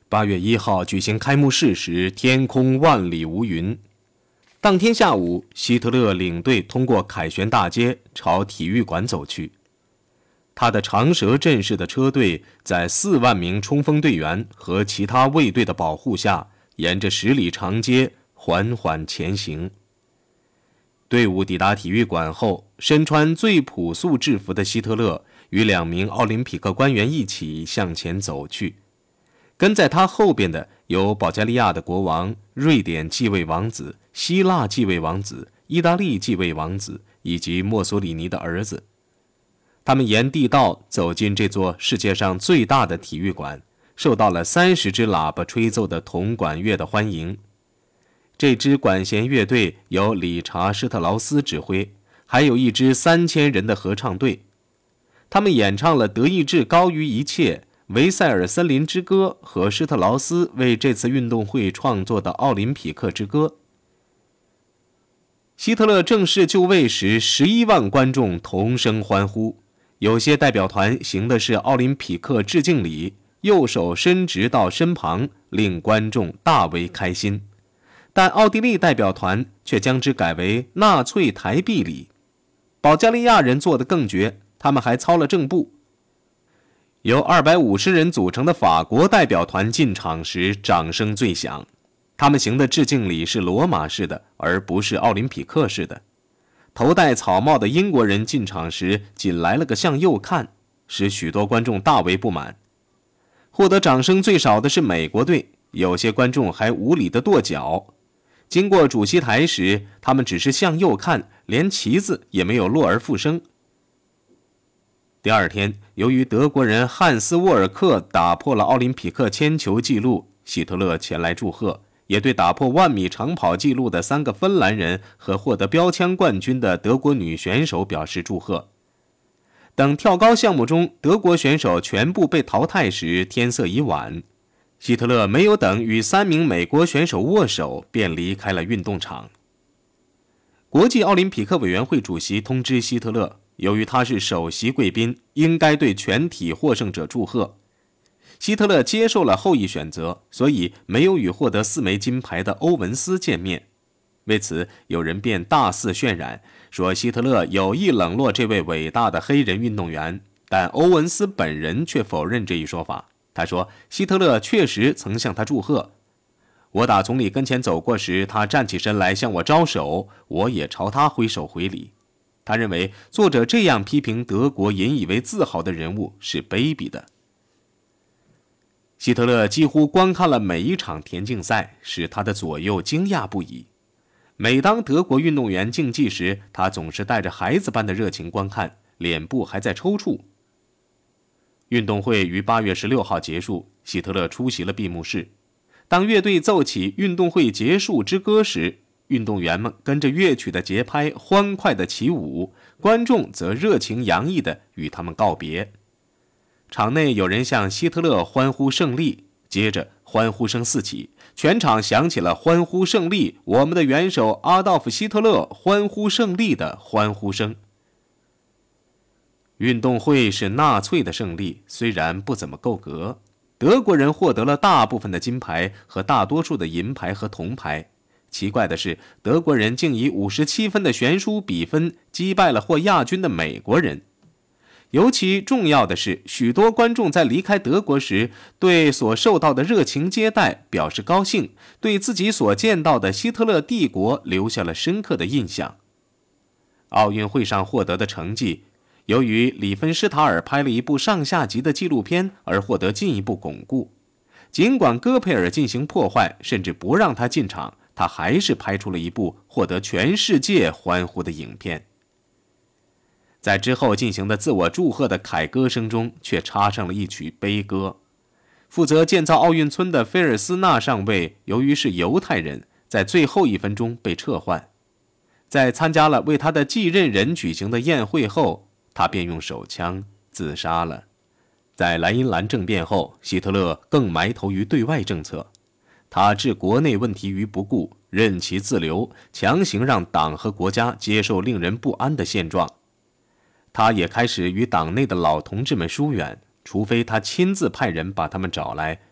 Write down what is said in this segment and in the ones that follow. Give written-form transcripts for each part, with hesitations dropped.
8月1号举行开幕式时，天空万里无云。当天下午，希特勒领队通过凯旋大街朝体育馆走去。他的长蛇阵式的车队在4万名冲锋队员和其他卫队的保护下，沿着10里长街缓缓前行。队伍抵达体育馆后，身穿最朴素制服的希特勒与2名奥林匹克官员一起向前走去。跟在他后边的有保加利亚的国王、瑞典继位王子、希腊继位王子、意大利继位王子以及墨索里尼的儿子。他们沿地道走进这座世界上最大的体育馆，受到了30支喇叭吹奏的铜管乐的欢迎。这支管弦乐队由理查·施特劳斯指挥，还有一支3000人的合唱队。他们演唱了德意志高于一切、维塞尔森林之歌和施特劳斯为这次运动会创作的奥林匹克之歌。希特勒正式就位时，11万观众同声欢呼。有些代表团行的是奥林匹克致敬礼，右手伸直到身旁，令观众大为开心。但奥地利代表团却将之改为纳粹抬臂礼。保加利亚人做得更绝，他们还操了正步。由250人组成的法国代表团进场时，掌声最响。他们行的致敬礼是罗马式的，而不是奥林匹克式的。头戴草帽的英国人进场时仅来了个向右看，使许多观众大为不满。获得掌声最少的是美国队，有些观众还无理地跺脚。经过主席台时，他们只是向右看，连旗子也没有落而复生。第二天，由于德国人汉斯·沃尔克打破了奥林匹克铅球纪录，希特勒前来祝贺，也对打破10000米长跑纪录的3个芬兰人和获得标枪冠军的德国女选手表示祝贺。等跳高项目中德国选手全部被淘汰时，天色已晚。希特勒没有等与3名美国选手握手，便离开了运动场。国际奥林匹克委员会主席通知希特勒，由于他是首席贵宾，应该对全体获胜者祝贺。希特勒接受了后一选择，所以没有与获得4枚金牌的欧文斯见面。为此，有人便大肆渲染，说希特勒有意冷落这位伟大的黑人运动员，但欧文斯本人却否认这一说法。他说，希特勒确实曾向他祝贺。我打总理跟前走过时，他站起身来向我招手，我也朝他挥手回礼。他认为作者这样批评德国引以为自豪的人物是卑鄙的。希特勒几乎观看了每一场田径赛，使他的左右惊讶不已。每当德国运动员竞技时，他总是带着孩子般的热情观看，脸部还在抽搐。运动会于8月16号结束，希特勒出席了闭幕式。当乐队奏起运动会结束之歌时，运动员们跟着乐曲的节拍欢快地起舞，观众则热情洋溢地与他们告别。场内有人向希特勒欢呼胜利，接着欢呼声四起，全场响起了欢呼胜利，我们的元首阿道夫·希特勒欢呼胜利的欢呼声。运动会是纳粹的胜利，虽然不怎么够格，德国人获得了大部分的金牌和大多数的银牌和铜牌。奇怪的是，德国人竟以57分的悬殊比分击败了获亚军的美国人。尤其重要的是，许多观众在离开德国时，对所受到的热情接待表示高兴，对自己所见到的希特勒帝国留下了深刻的印象。奥运会上获得的成绩，由于里芬施塔尔拍了一部上下集的纪录片而获得进一步巩固。尽管戈培尔进行破坏，甚至不让他进场，他还是拍出了一部获得全世界欢呼的影片。在之后进行的自我祝贺的凯歌声中，却插上了一曲悲歌。负责建造奥运村的菲尔斯纳上尉，由于是犹太人，在最后1分钟被撤换。在参加了为他的继任人举行的宴会后，他便用手枪自杀了。在莱茵兰政变后，希特勒更埋头于对外政策，他置国内问题于不顾，任其自流，强行让党和国家接受令人不安的现状。他也开始与党内的老同志们疏远，除非他亲自派人把他们找来，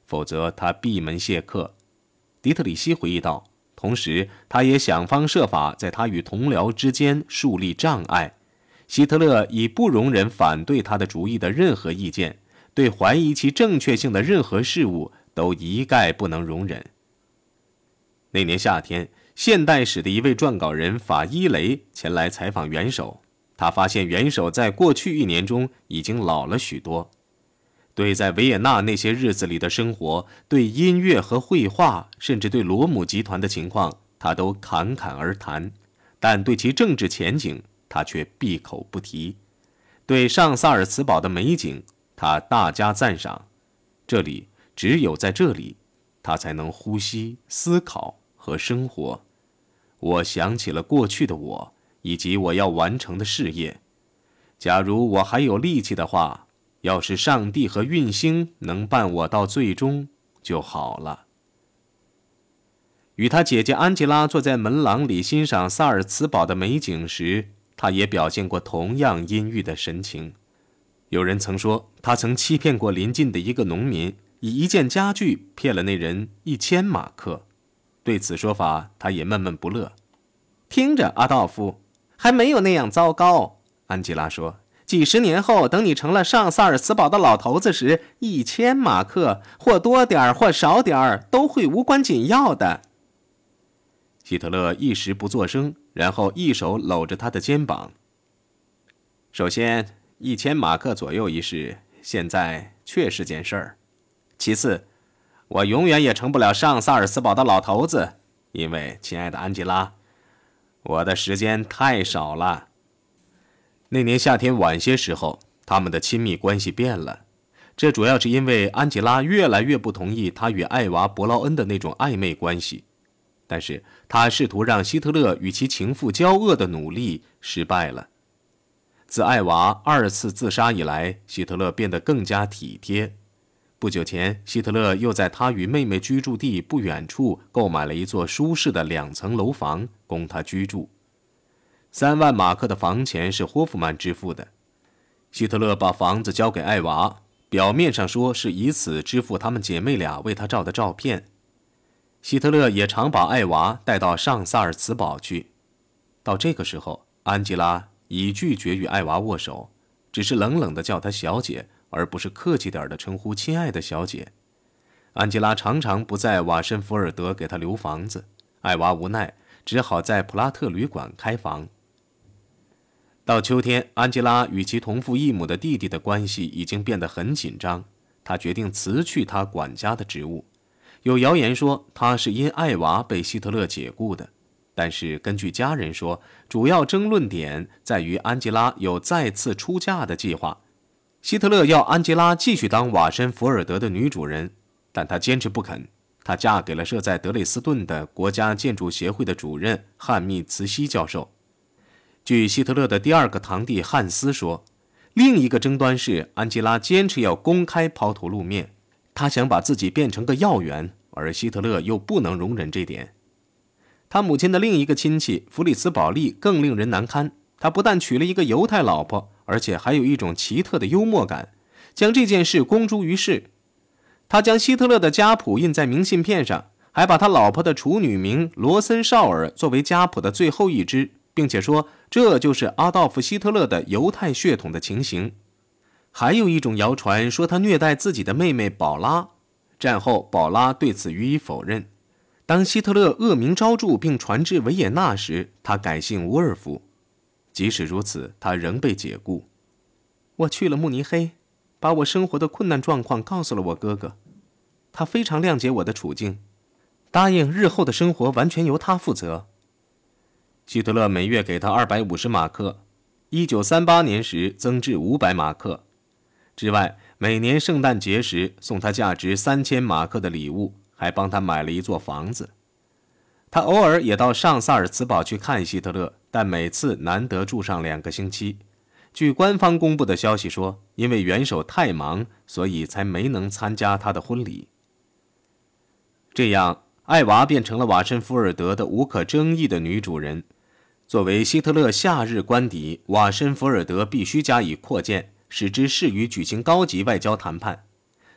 否则他闭门谢客。迪特里希回忆道，同时他也想方设法在他与同僚之间树立障碍。希特勒以不容忍反对他的主意的任何意见，对怀疑其正确性的任何事物都一概不能容忍。那年夏天，现代史的一位撰稿人法伊雷前来采访元首，他发现元首在过去1年中已经老了许多。对在维也纳那些日子里的生活，对音乐和绘画，甚至对罗姆集团的情况，他都侃侃而谈，但对其政治前景，他却闭口不提。对上萨尔茨堡的美景，他大加赞赏。这里，只有在这里，他才能呼吸、思考和生活。我想起了过去的我，以及我要完成的事业。假如我还有力气的话，要是上帝和运星能伴我到最终就好了。与他姐姐安吉拉坐在门廊里欣赏萨尔茨堡的美景时，他也表现过同样阴郁的神情。有人曾说，他曾欺骗过邻近的一个农民，以一件家具骗了那人1000马克。对此说法，他也闷闷不乐。听着，阿道夫，还没有那样糟糕。安吉拉说，几十年后，等你成了上萨尔茨堡的老头子时，1000马克，或多点儿或少点儿，都会无关紧要的。希特勒一时不作声，然后一手搂着他的肩膀。首先，1000马克左右一事，现在确是件事儿。其次，我永远也成不了上萨尔茨堡的老头子，因为，亲爱的安吉拉，我的时间太少了。那年夏天晚些时候，他们的亲密关系变了。这主要是因为安吉拉越来越不同意他与艾娃·伯劳恩的那种暧昧关系，但是他试图让希特勒与其情妇交恶的努力失败了。自艾娃2次自杀以来，希特勒变得更加体贴。不久前，希特勒又在他与妹妹居住地不远处购买了一座舒适的2层楼房供他居住。3万马克的房钱是霍夫曼支付的。希特勒把房子交给艾娃，表面上说是以此支付他们姐妹俩为他照的照片。希特勒也常把艾娃带到上萨尔茨堡去。到这个时候，安吉拉已拒绝与艾娃握手，只是冷冷地叫她小姐，而不是客气点的称呼亲爱的小姐。安吉拉常常不在瓦申福尔德给她留房子，艾娃无奈，只好在普拉特旅馆开房。到秋天，安吉拉与其同父异母的弟弟的关系已经变得很紧张，他决定辞去他管家的职务。有谣言说他是因艾娃被希特勒解雇的，但是根据家人说，主要争论点在于安吉拉有再次出嫁的计划。希特勒要安吉拉继续当瓦申福尔德的女主人，但她坚持不肯。她嫁给了设在德累斯顿的国家建筑协会的主任汉密茨希教授。据希特勒的第2个堂弟汉斯说，另一个争端是安吉拉坚持要公开抛头露面，他想把自己变成个要员，而希特勒又不能容忍这点。他母亲的另一个亲戚弗里茨保利更令人难堪，他不但娶了一个犹太老婆，而且还有一种奇特的幽默感，将这件事公诸于世。他将希特勒的家谱印在明信片上，还把他老婆的处女名罗森绍尔作为家谱的最后一支，并且说这就是阿道夫·希特勒的犹太血统的情形。还有一种谣传说他虐待自己的妹妹宝拉，战后宝拉对此予以否认。当希特勒恶名昭著并传至维也纳时，他改姓沃尔夫。即使如此，他仍被解雇。我去了慕尼黑，把我生活的困难状况告诉了我哥哥，他非常谅解我的处境，答应日后的生活完全由他负责。希特勒每月给他250马克，1938年时增至500马克。之外，每年圣诞节时送他价值3000马克的礼物，还帮他买了一座房子。他偶尔也到上萨尔茨堡去看希特勒，但每次难得住上2个星期。据官方公布的消息说，因为元首太忙，所以才没能参加他的婚礼。这样，艾娃变成了瓦申福尔德的无可争议的女主人。作为希特勒夏日官邸，瓦申福尔德必须加以扩建，使之适于举行高级外交谈判。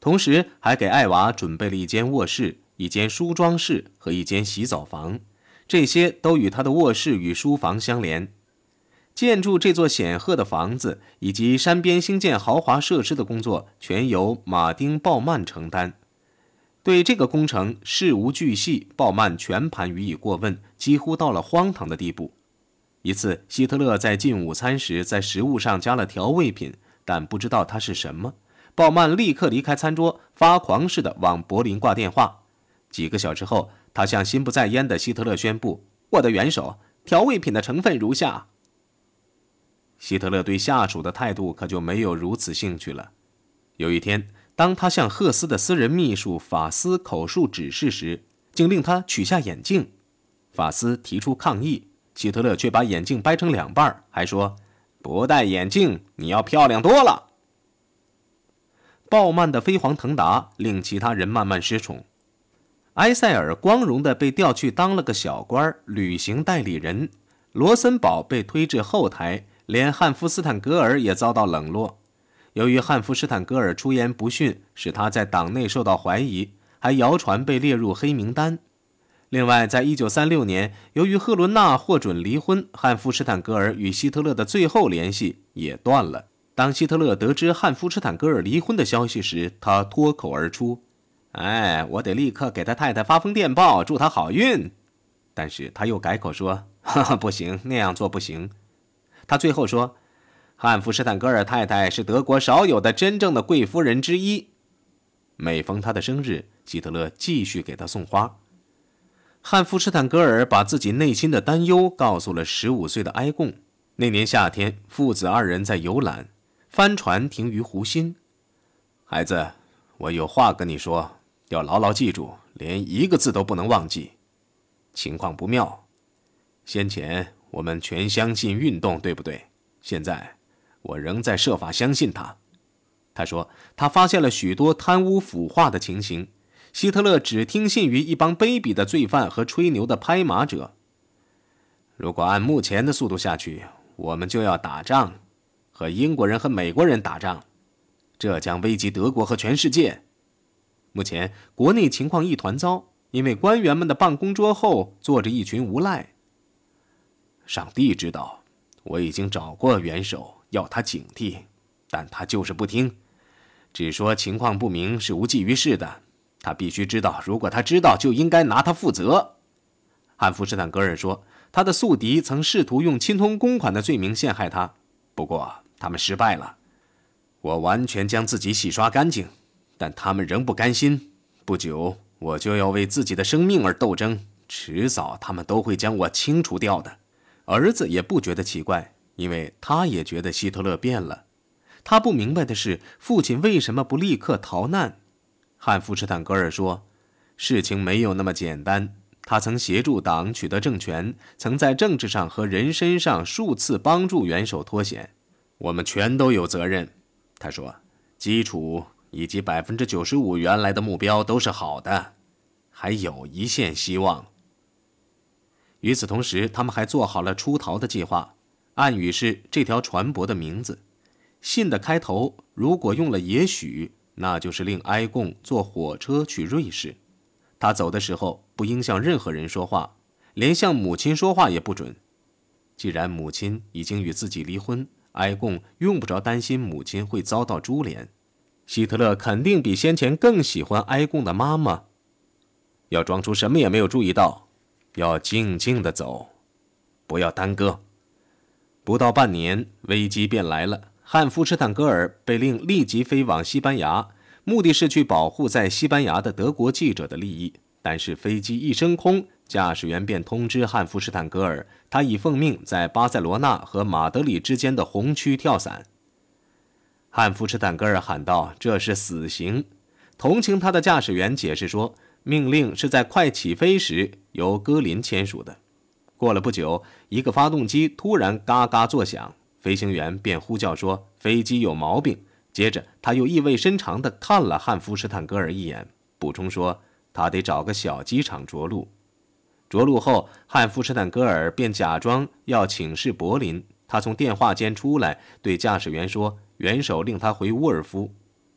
同时还给艾娃准备了一间卧室、一间梳妆室和一间洗澡房，这些都与他的卧室与书房相连。建筑这座显赫的房子以及山边兴建豪华设施的工作全由马丁·鲍曼承担。对这个工程事无巨细，鲍曼全盘予以过问，几乎到了荒唐的地步。一次，希特勒在进午餐时在食物上加了调味品，但不知道它是什么。鲍曼立刻离开餐桌，发狂似的往柏林挂电话。几个小时后，他向心不在焉的希特勒宣布：“我的元首，调味品的成分如下。”希特勒对下属的态度可就没有如此兴趣了。有一天，当他向赫斯的私人秘书法斯口述指示时，竟令他取下眼镜。法斯提出抗议，希特勒却把眼镜掰成两半，还说：“不戴眼镜，你要漂亮多了。”鲍曼的飞黄腾达令其他人慢慢失宠。埃塞尔光荣地被调去当了个小官，旅行代理人。罗森堡被推至后台，连汉夫斯坦格尔也遭到冷落。由于汉夫施坦格尔出言不逊，使他在党内受到怀疑，还谣传被列入黑名单。另外，在1936年，由于赫伦娜获准离婚，汉夫施坦格尔与希特勒的最后联系也断了。当希特勒得知汉夫施坦格尔离婚的消息时，他脱口而出：“我得立刻给他太太发封电报，祝他好运。”但是他又改口说：“哈哈，不行，那样做不行。”他最后说：“汉夫施坦格尔太太是德国少有的真正的贵夫人之一。”每逢他的生日，希特勒继续给他送花。汉夫施坦格尔把自己内心的担忧告诉了15岁的埃贡。那年夏天，父子二人在游览，帆船停于湖心。“孩子，我有话跟你说，要牢牢记住，连一个字都不能忘记。情况不妙。先前我们全相信运动，对不对？现在我仍在设法相信他。”他说他发现了许多贪污腐化的情形，希特勒只听信于一帮卑鄙的罪犯和吹牛的拍马者。如果按目前的速度下去，我们就要打仗，和英国人和美国人打仗，这将危及德国和全世界。目前国内情况一团糟，因为官员们的办公桌后坐着一群无赖。上帝知道，我已经找过元首，要他警惕，但他就是不听，只说情况不明是无济于事的。他必须知道，如果他知道，就应该拿他负责。汉夫施坦格尔说，他的宿敌曾试图用侵吞公款的罪名陷害他，不过他们失败了。我完全将自己洗刷干净，但他们仍不甘心。不久，我就要为自己的生命而斗争，迟早他们都会将我清除掉的。儿子也不觉得奇怪，因为他也觉得希特勒变了。他不明白的是，父亲为什么不立刻逃难。汉夫施坦格尔说，事情没有那么简单。他曾协助党取得政权，曾在政治上和人身上数次帮助元首脱险。我们全都有责任。他说，基础以及95%原来的目标都是好的，还有一线希望。与此同时，他们还做好了出逃的计划，暗语是这条船舶的名字。信的开头如果用了也许，那就是令埃贡坐火车去瑞士。他走的时候不应向任何人说话，连向母亲说话也不准。既然母亲已经与自己离婚，埃贡用不着担心母亲会遭到株连。希特勒肯定比先前更喜欢埃贡的妈妈。要装出什么也没有注意到，要静静地走，不要耽搁。不到半年，危机便来了。汉夫施坦格尔被令立即飞往西班牙，目的是去保护在西班牙的德国记者的利益。但是飞机一升空，驾驶员便通知汉夫施坦格尔，他已奉命在巴塞罗那和马德里之间的红区跳伞。汉夫施坦格尔喊道：“这是死刑！”同情他的驾驶员解释说，命令是在快起飞时由戈林签署的。过了不久，一个发动机突然嘎嘎作响，飞行员便呼叫说飞机有毛病。接着他又意味深长地看了汉夫施坦格尔一眼，补充说他得找个小机场着陆。着陆后，汉夫施坦格尔便假装要请示柏林。他从电话间出来，对驾驶员说元首令他回乌尔夫。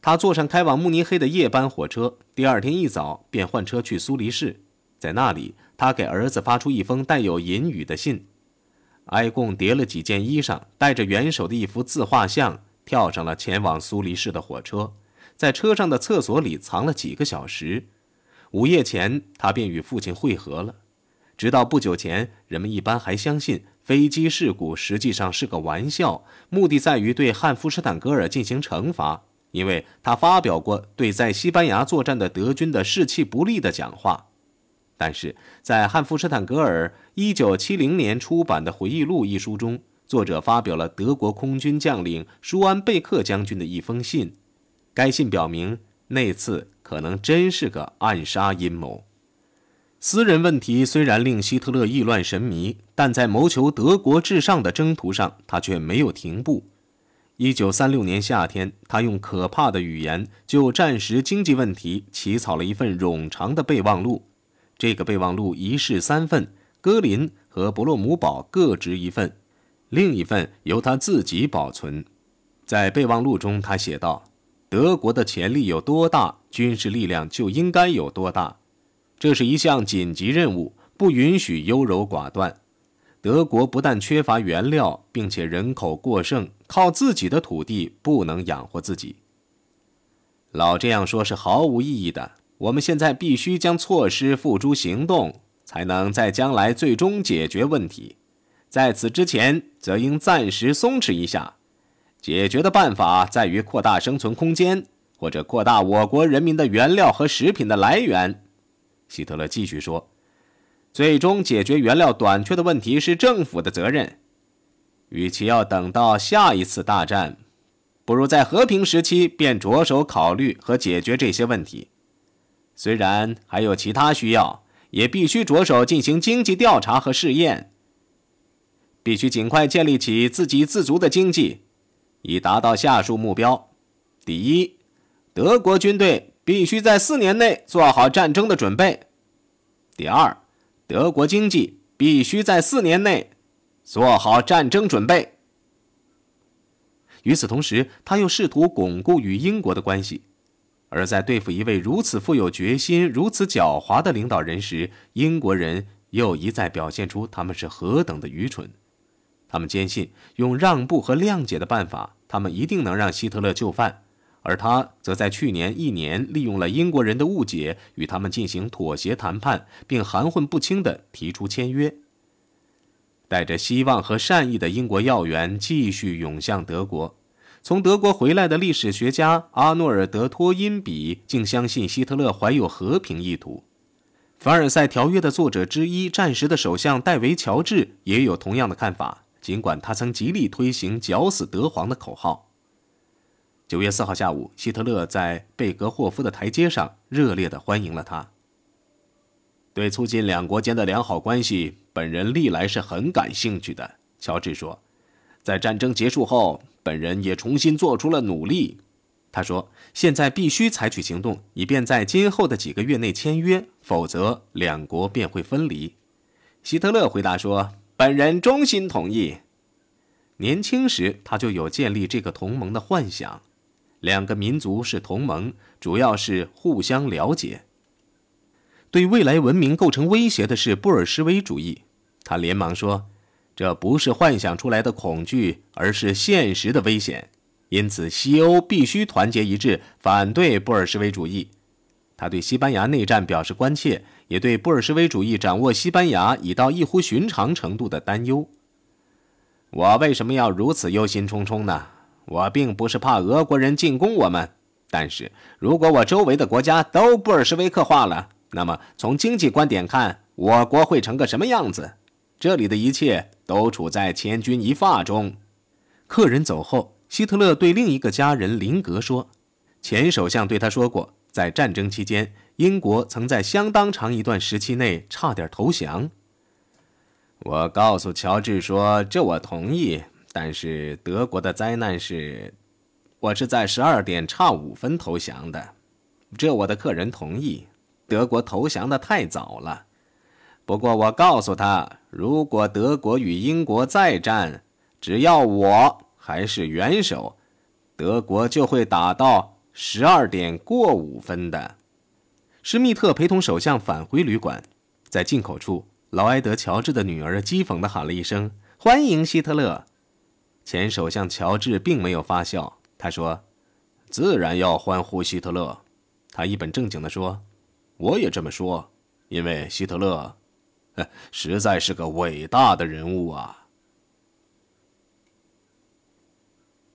他坐上开往慕尼黑的夜班火车，第二天一早便换车去苏黎世。在那里，他给儿子发出一封带有隐语的信。埃贡叠了几件衣裳，带着元首的一幅自画像，跳上了前往苏黎世的火车，在车上的厕所里藏了几个小时。午夜前，他便与父亲会合了。直到不久前，人们一般还相信飞机事故实际上是个玩笑，目的在于对汉夫施坦格尔进行惩罚，因为他发表过对在西班牙作战的德军的士气不利的讲话。但是在汉夫施坦格尔1970年出版的回忆录一书中，作者发表了德国空军将领舒安贝克将军的一封信。该信表明，那次可能真是个暗杀阴谋。私人问题虽然令希特勒意乱神迷，但在谋求德国至上的征途上，他却没有停步。1936年夏天，他用可怕的语言就战时经济问题起草了一份冗长的备忘录。这个备忘录一式3份，戈林和伯洛姆堡各执一份，另一份由他自己保存。在备忘录中，他写道：德国的潜力有多大，军事力量就应该有多大。这是一项紧急任务，不允许优柔寡断。德国不但缺乏原料，并且人口过剩，靠自己的土地不能养活自己。老这样说是毫无意义的。我们现在必须将措施付诸行动，才能在将来最终解决问题。在此之前，则应暂时松弛一下。解决的办法在于扩大生存空间，或者扩大我国人民的原料和食品的来源。希特勒继续说，最终解决原料短缺的问题是政府的责任。与其要等到下一次大战，不如在和平时期便着手考虑和解决这些问题。虽然还有其他需要，也必须着手进行经济调查和试验，必须尽快建立起自给自足的经济，以达到下述目标：第一，德国军队必须在4年内做好战争的准备；第二，德国经济必须在4年内做好战争准备。与此同时，他又试图巩固与英国的关系。而在对付一位如此富有决心、如此狡猾的领导人时，英国人又一再表现出他们是何等的愚蠢。他们坚信用让步和谅解的办法，他们一定能让希特勒就范，而他则在去年1年利用了英国人的误解，与他们进行妥协谈判，并含混不清地提出签约。带着希望和善意的英国要员继续涌向德国。从德国回来的历史学家阿诺尔德·托因比竟相信希特勒怀有和平意图。凡尔赛条约的作者之一，战时的首相戴维·乔治也有同样的看法，尽管他曾极力推行绞死德皇的口号。9月4号下午，希特勒在贝格霍夫的台阶上热烈地欢迎了他。对促进两国间的良好关系，本人历来是很感兴趣的，乔治说。在战争结束后，本人也重新做出了努力。他说，现在必须采取行动，以便在今后的几个月内签约，否则两国便会分离。希特勒回答说，本人衷心同意。年轻时他就有建立这个同盟的幻想。两个民族是同盟，主要是互相了解。对未来文明构成威胁的是布尔什维主义。他连忙说，这不是幻想出来的恐惧，而是现实的危险。因此西欧必须团结一致，反对布尔什维主义。他对西班牙内战表示关切，也对布尔什维主义掌握西班牙已到异乎寻常程度的担忧。我为什么要如此忧心忡忡呢？我并不是怕俄国人进攻我们，但是如果我周围的国家都布尔什维克化了，那么从经济观点看，我国会成个什么样子？这里的一切都处在千钧一发中。客人走后，希特勒对另一个家人林格说，前首相对他说过，在战争期间，英国曾在相当长一段时期内差点投降。我告诉乔治说，这我同意，但是德国的灾难是，我是在12点差5分投降的。这我的客人同意，德国投降的太早了。不过我告诉他，如果德国与英国再战，只要我还是元首，德国就会打到 12点过5分的。施密特陪同首相返回旅馆，在进口处，劳埃德·乔治的女儿讥讽地喊了一声：“欢迎希特勒！”前首相乔治并没有发笑，他说：“自然要欢呼希特勒。”他一本正经地说：“我也这么说，因为希特勒，实在是个伟大的人物啊。”